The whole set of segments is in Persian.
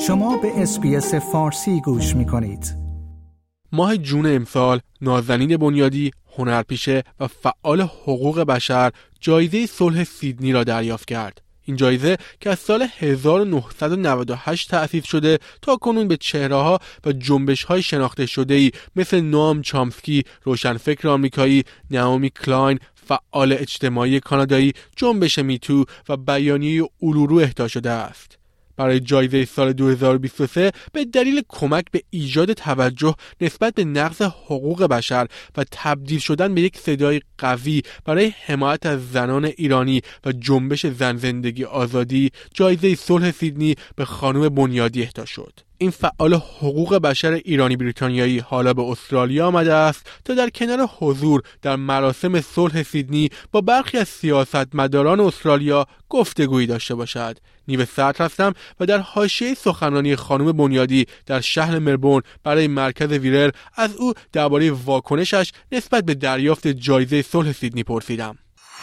شما به اس‌بی‌اس فارسی گوش می‌کنید. ماه جون امسال نازنین بنیادی، هنرپیشه و فعال حقوق بشر جایزه صلح سیدنی را دریافت کرد. این جایزه که از سال 1998 تأسیس شده تا کنون به چهره‌ها و جنبش‌های شناخته شده‌ای مثل نوام چامسکی، روشنفکر آمریکایی، نعومی کلاین، فعال اجتماعی کانادایی، جنبش میتو و بیانیه اولورو اهدا شده است. برای جایزه سال 2023 به دلیل کمک به ایجاد توجه نسبت به نقض حقوق بشر و تبدیل شدن به یک صدای قوی برای حمایت از زنان ایرانی و جنبش زن زندگی آزادی، جایزه صلح سیدنی به خانم بنیادی اهدا شد. این فعال حقوق بشر ایرانی بریتانیایی حالا به استرالیا آمده است تا در کنار حضور در مراسم صلح سیدنی با برخی از سیاستمداران استرالیا گفتگویی داشته باشد. نیو صدر هستم و در حاشیه سخنرانی خانم بنیادی در شهر ملبورن برای مرکز ویرل از او درباره واکنشش نسبت به دریافت جایزه صلح سیدنی پرسیدم.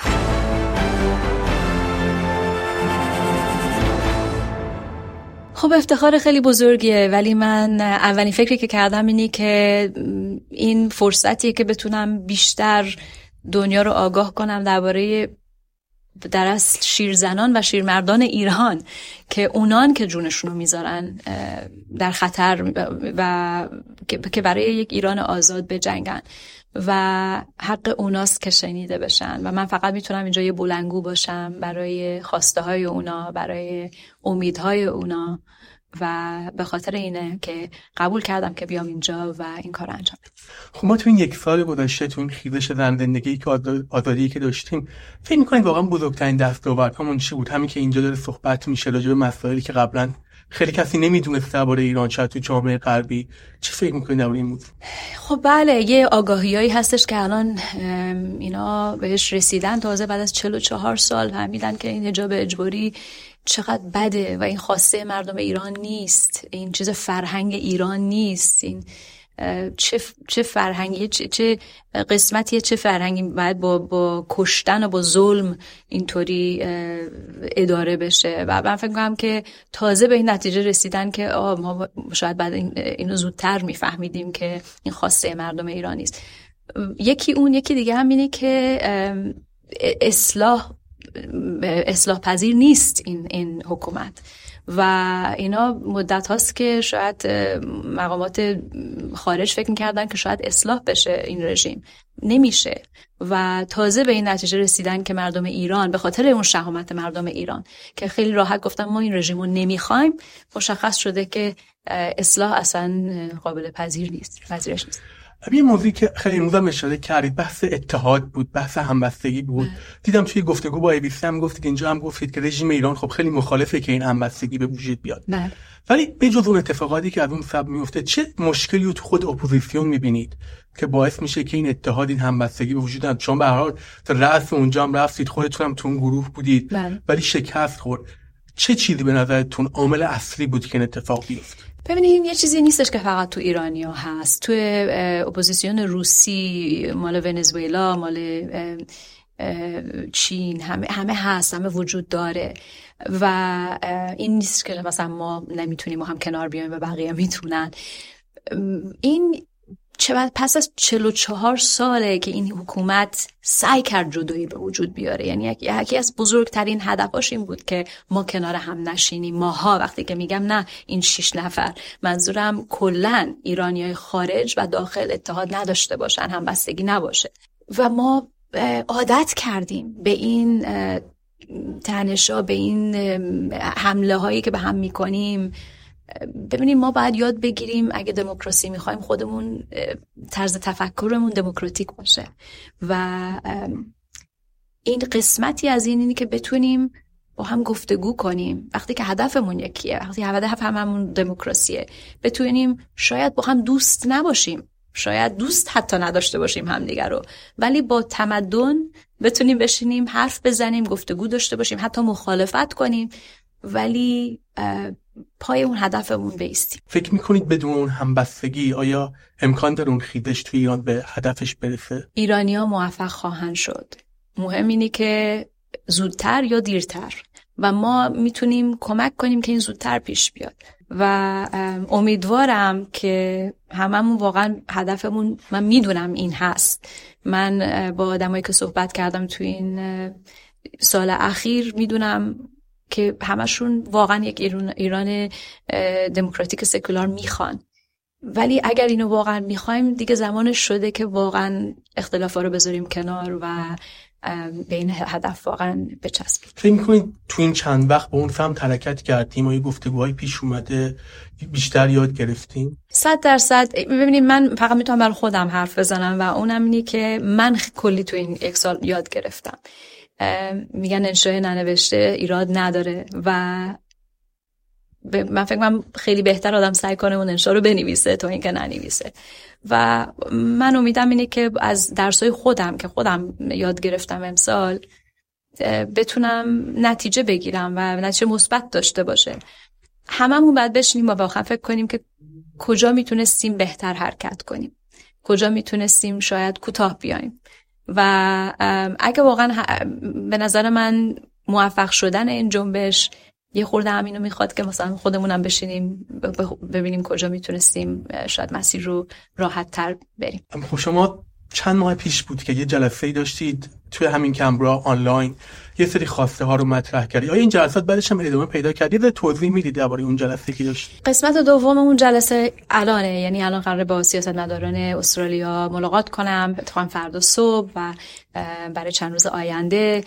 خب افتخار خیلی بزرگیه، ولی من اولین فکری که کردم اینی که این فرصتیه که بتونم بیشتر دنیا رو آگاه کنم درباره در اصل شیرزنان و شیرمردان ایران که اونان که جونشون رو میذارن در خطر و که برای یک ایران آزاد بجنگن و حق اوناست که شنیده بشن و من فقط میتونم اینجا یه بلندگو باشم برای خواسته های اونا، برای امیدهای اونا و به خاطر اینه که قبول کردم که بیام اینجا و این کار انجام بدم. خب ما تو این یک سال گذشته تو این خیزش زن زندگی که آزادی که داشتیم فکر می‌کنید واقعا بزرگترین دستاوردهامون چی بود؟ همین که اینجا داره صحبت میشه راجع به مسائلی که قبلا خیلی کسی نمیدونست درباره ایران، شاید تو جامعه غربی. چی فکر می‌کنید درباره این موضوع؟ خب بله، یه آگاهیایی هستش که الان اینا بهش رسیدن تازه بعد از 44 سال فهمیدن که این حجاب اجباری چقدر بده و این خواسته مردم ایران نیست، این چیز فرهنگ ایران نیست، این چه فرهنگی، چه قسمتیه، چه فرهنگی باید با کشتن و با ظلم اینطوری اداره بشه. و من فکر می‌کنم که تازه به این نتیجه رسیدن که ما شاید بعد اینو زودتر میفهمیدیم که این خواسته مردم ایران نیست. یکی دیگه هم اینه که اصلاح پذیر نیست این حکومت و اینا مدت هاست که شاید مقامات خارج فکر می‌کردن که شاید اصلاح بشه این رژیم، نمیشه و تازه به این نتیجه رسیدن که مردم ایران به خاطر اون شهامت مردم ایران که خیلی راحت گفتن ما این رژیم رو نمیخوایم، مشخص شده که اصلاح اصلا قابل پذیرش نیست. یه موضوعی که خیلی امروز هم اشاره کردید بحث اتحاد بود، بحث همبستگی بود. دیدم توی گفتگو با ABC هم گفتید، اینجا هم گفتید که رژیم ایران خب خیلی مخالفه که این همبستگی به وجود بیاد. بله. ولی به جز اون اتفاقاتی که از اون سبب میفته، چه مشکلی رو تو خود اپوزیسیون میبینید که باعث میشه که این اتحاد، این همبستگی به وجود بیاد؟ چون به هر حال تا رأس اونجا هم رفتید، خودتون هم تو اون گروه بودید. بله. ولی شکست خورد. چه چیزی به نظرتون عامل اصلی بود که این اتفاق بیفته؟ ببینید یه چیزی نیستش که فقط تو ایرانیا هست، تو اپوزیسیون روسی، مال ونزوئلا، مال چین، همه هست، همه وجود داره و این نیست که مثلا ما نمیتونیم و هم کنار بیایم و بقیه میتونن. این پس از 44 ساله که این حکومت سعی کرد جدایی به وجود بیاره، یعنی یکی از بزرگترین هدفاش این بود که ما کنار هم نشینیم. ماها وقتی که میگم نه این 6 نفر، منظورم کلن ایرانیای خارج و داخل اتحاد نداشته باشن، همبستگی نباشه و ما عادت کردیم به این تنش‌ها، به این حمله هایی که به هم میکنیم. ببینیم ما باید یاد بگیریم اگه دموکراسی میخوایم خودمون طرز تفکرمون دموکراتیک باشه و این قسمتی از اینی که بتونیم با هم گفتگو کنیم وقتی که هدفمون یکیه، وقتی هدف هممون دموکراسیه، بتونیم شاید با هم دوست نباشیم، شاید دوست حتی نداشته باشیم همدیگر رو، ولی با تمدن بتونیم بشینیم حرف بزنیم، گفتگو داشته باشیم، حتی مخالفت کنیم، ولی پای اون هدفمون بایستیم. فکر میکنید بدون اون همبستگی آیا امکان داره اون خیزش توی ایران به هدفش برسه؟ ایرانی‌ها موفق خواهند شد. مهم اینه که زودتر یا دیرتر، و ما میتونیم کمک کنیم که این زودتر پیش بیاد و امیدوارم که هممون واقعا هدفمون، من میدونم این هست، من با آدمایی که صحبت کردم تو این سال اخیر میدونم که همشون واقعا یک ایران دموکراتیک سکولار میخوان، ولی اگر اینو واقعا میخوایم دیگه زمانش شده که واقعا اختلافا رو بذاریم کنار و به این هدف واقعا بچسبیم. فکر می‌کنید تو این چند وقت به اون سمت حرکت کردیم و یه گفتگوهای پیش اومده بیشتر یاد گرفتیم؟ 100%. ببینید من فقط میتونم برای خودم حرف بزنم و اونم اینه که من کلی تو این یک سال یاد گرفتم. میگن انشای ننوشته ایراد نداره و من فکر کنم خیلی بهتر آدم سعی کنه اون انشا رو بنویسه تا اینکه ننویسه و من امیدم اینه که از درسای خودم که خودم یاد گرفتم امسال بتونم نتیجه بگیرم و نتیجه مثبت داشته باشه. هممون باید بشینیم و واقعا فکر کنیم که کجا میتونستیم بهتر حرکت کنیم، کجا میتونستیم شاید کوتاه بیایم و اگه واقعا به نظر من موفق شدن این جنبش یه خورده همینو میخواد که مثلا خودمونم بشینیم ببینیم کجا میتونستیم شاید مسیر رو راحت تر بریم. خب شما چند ماه پیش بود که یه جلسه‌ای داشتید توی همین کمبرا آنلاین، یه سری خواسته ها رو مطرح کردید. آیا این جلسات بعدش هم ادامه پیدا کردید؟ یه توضیح میدید درباره اون جلسه‌ای که داشتید؟ قسمت دوم اون جلسه الانه، یعنی الان قراره با سیاستمداران استرالیا ملاقات کنم اتفاقا فردا صبح و برای چند روز آینده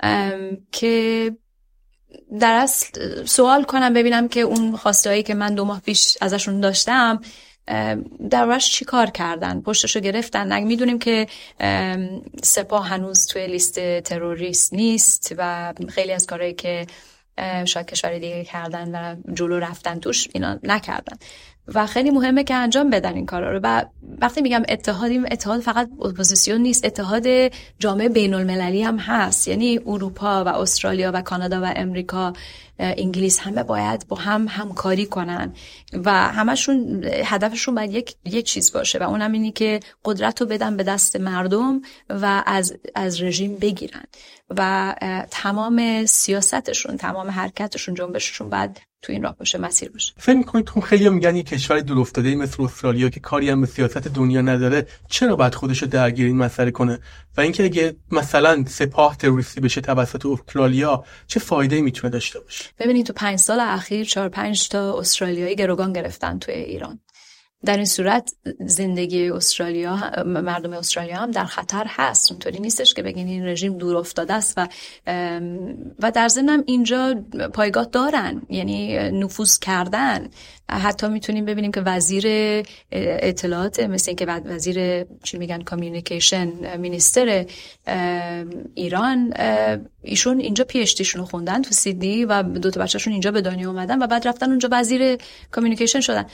که در اصل سوال کنم ببینم که اون خواستهایی که من 2 ماه پیش ازشون داشتم دربارش چی کار کردن، پشتشو گرفتن. اگه میدونیم که سپاه هنوز توی لیست تروریست نیست و خیلی از کارهایی که شاید کشور دیگه کردن و جلو رفتن توش اینا نکردن و خیلی مهمه که انجام بدن این کارا رو. و وقتی میگم اتحاد فقط اپوزیسیون نیست، اتحاد جامعه بین المللی هم هست، یعنی اروپا و استرالیا و کانادا و امریکا، انگلیس همه باید با هم همکاری کنن و همشون هدفشون باید یک چیز باشه و اونم اینی که قدرت رو بدن به دست مردم و از رژیم بگیرن و تمام سیاستشون، تمام حرکتشون، جنبششون باید تو این راه باشه، مسیر باشه. فکر می‌کنید خیلی‌ها میگن یک کشور دورافتاده مثل استرالیا که کاری هم به سیاست دنیا نداره چرا باید خودش رو درگیر این مسئله کنه و اینکه اگه مثلا سپاه تروریستی بشه توسط استرالیا چه فایده‌ای میتونه داشته باشه؟ ببینید تو 5 سال اخیر 4-5 تا استرالیایی گروگان گرفتن توی ایران. در این صورت زندگی استرالیا، مردم استرالیا هم در خطر هست. اونطوری نیستش که بگین این رژیم دور افتاده است و در ضمن هم اینجا پایگاه دارن، یعنی نفوذ کردن. حتی میتونیم ببینیم که وزیر اطلاعات مثل این که وزیر چی میگن کامیونیکیشن مینیستر ایران، ایشون اینجا پی اچ دیشون رو خوندن تو سیدنی و 2 تا بچه‌شون اینجا به دنیا اومدن و بعد رفتن اونجا وزیر کامیونیکیشن شدن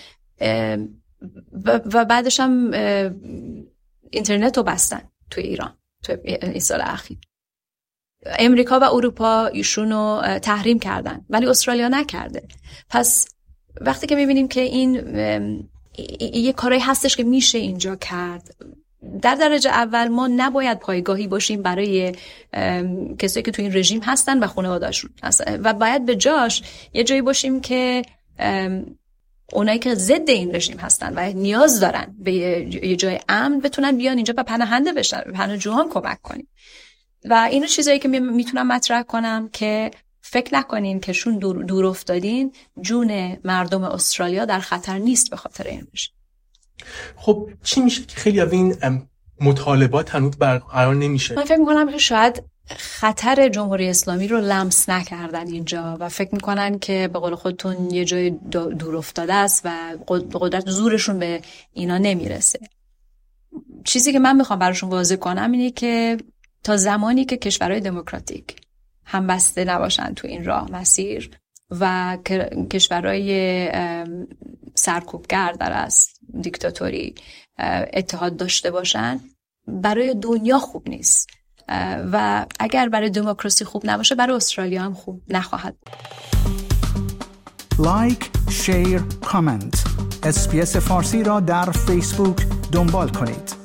و بعدش هم اینترنت رو بستن توی ایران توی این سال اخیر. امریکا و اروپا ایشون رو تحریم کردن ولی استرالیا نکرده. پس وقتی که میبینیم که این یه کارایی هستش که میشه اینجا کرد، در درجه اول ما نباید پایگاهی باشیم برای کسایی که توی این رژیم هستن و خانواده‌شون و باید به جاش یه جایی باشیم که اونایی که ضد این رژیم هستن و نیاز دارن به یه جای امن بتونن بیان اینجا و پناهنده بشن، پناهجویان کمک کنیم. و اینو چیزایی که میتونم مطرح کنم که فکر نکنین که شون دور افتادین، جون مردم استرالیا در خطر نیست به خاطر این رژیم. خب چی میشه که خیلی از این مطالبات هنوز برقرار نمیشه؟ من فکر میکنم که شاید خطر جمهوری اسلامی رو لمس نکردن اینجا و فکر میکنن که به قول خودتون یه جای دور افتاده است و قدرت زورشون به اینا نمیرسه. چیزی که من میخوام براشون واضح کنم اینه که تا زمانی که کشورهای دموکراتیک همبسته نباشن تو این راه مسیر و کشورهای سرکوبگر در است دیکتاتوری اتحاد داشته باشن، برای دنیا خوب نیست و اگر برای دموکراسی خوب نباشه برای استرالیا هم خوب نخواهد. لایک، شیر، کامنت. SBS فارسی را در فیسبوک دنبال کنید.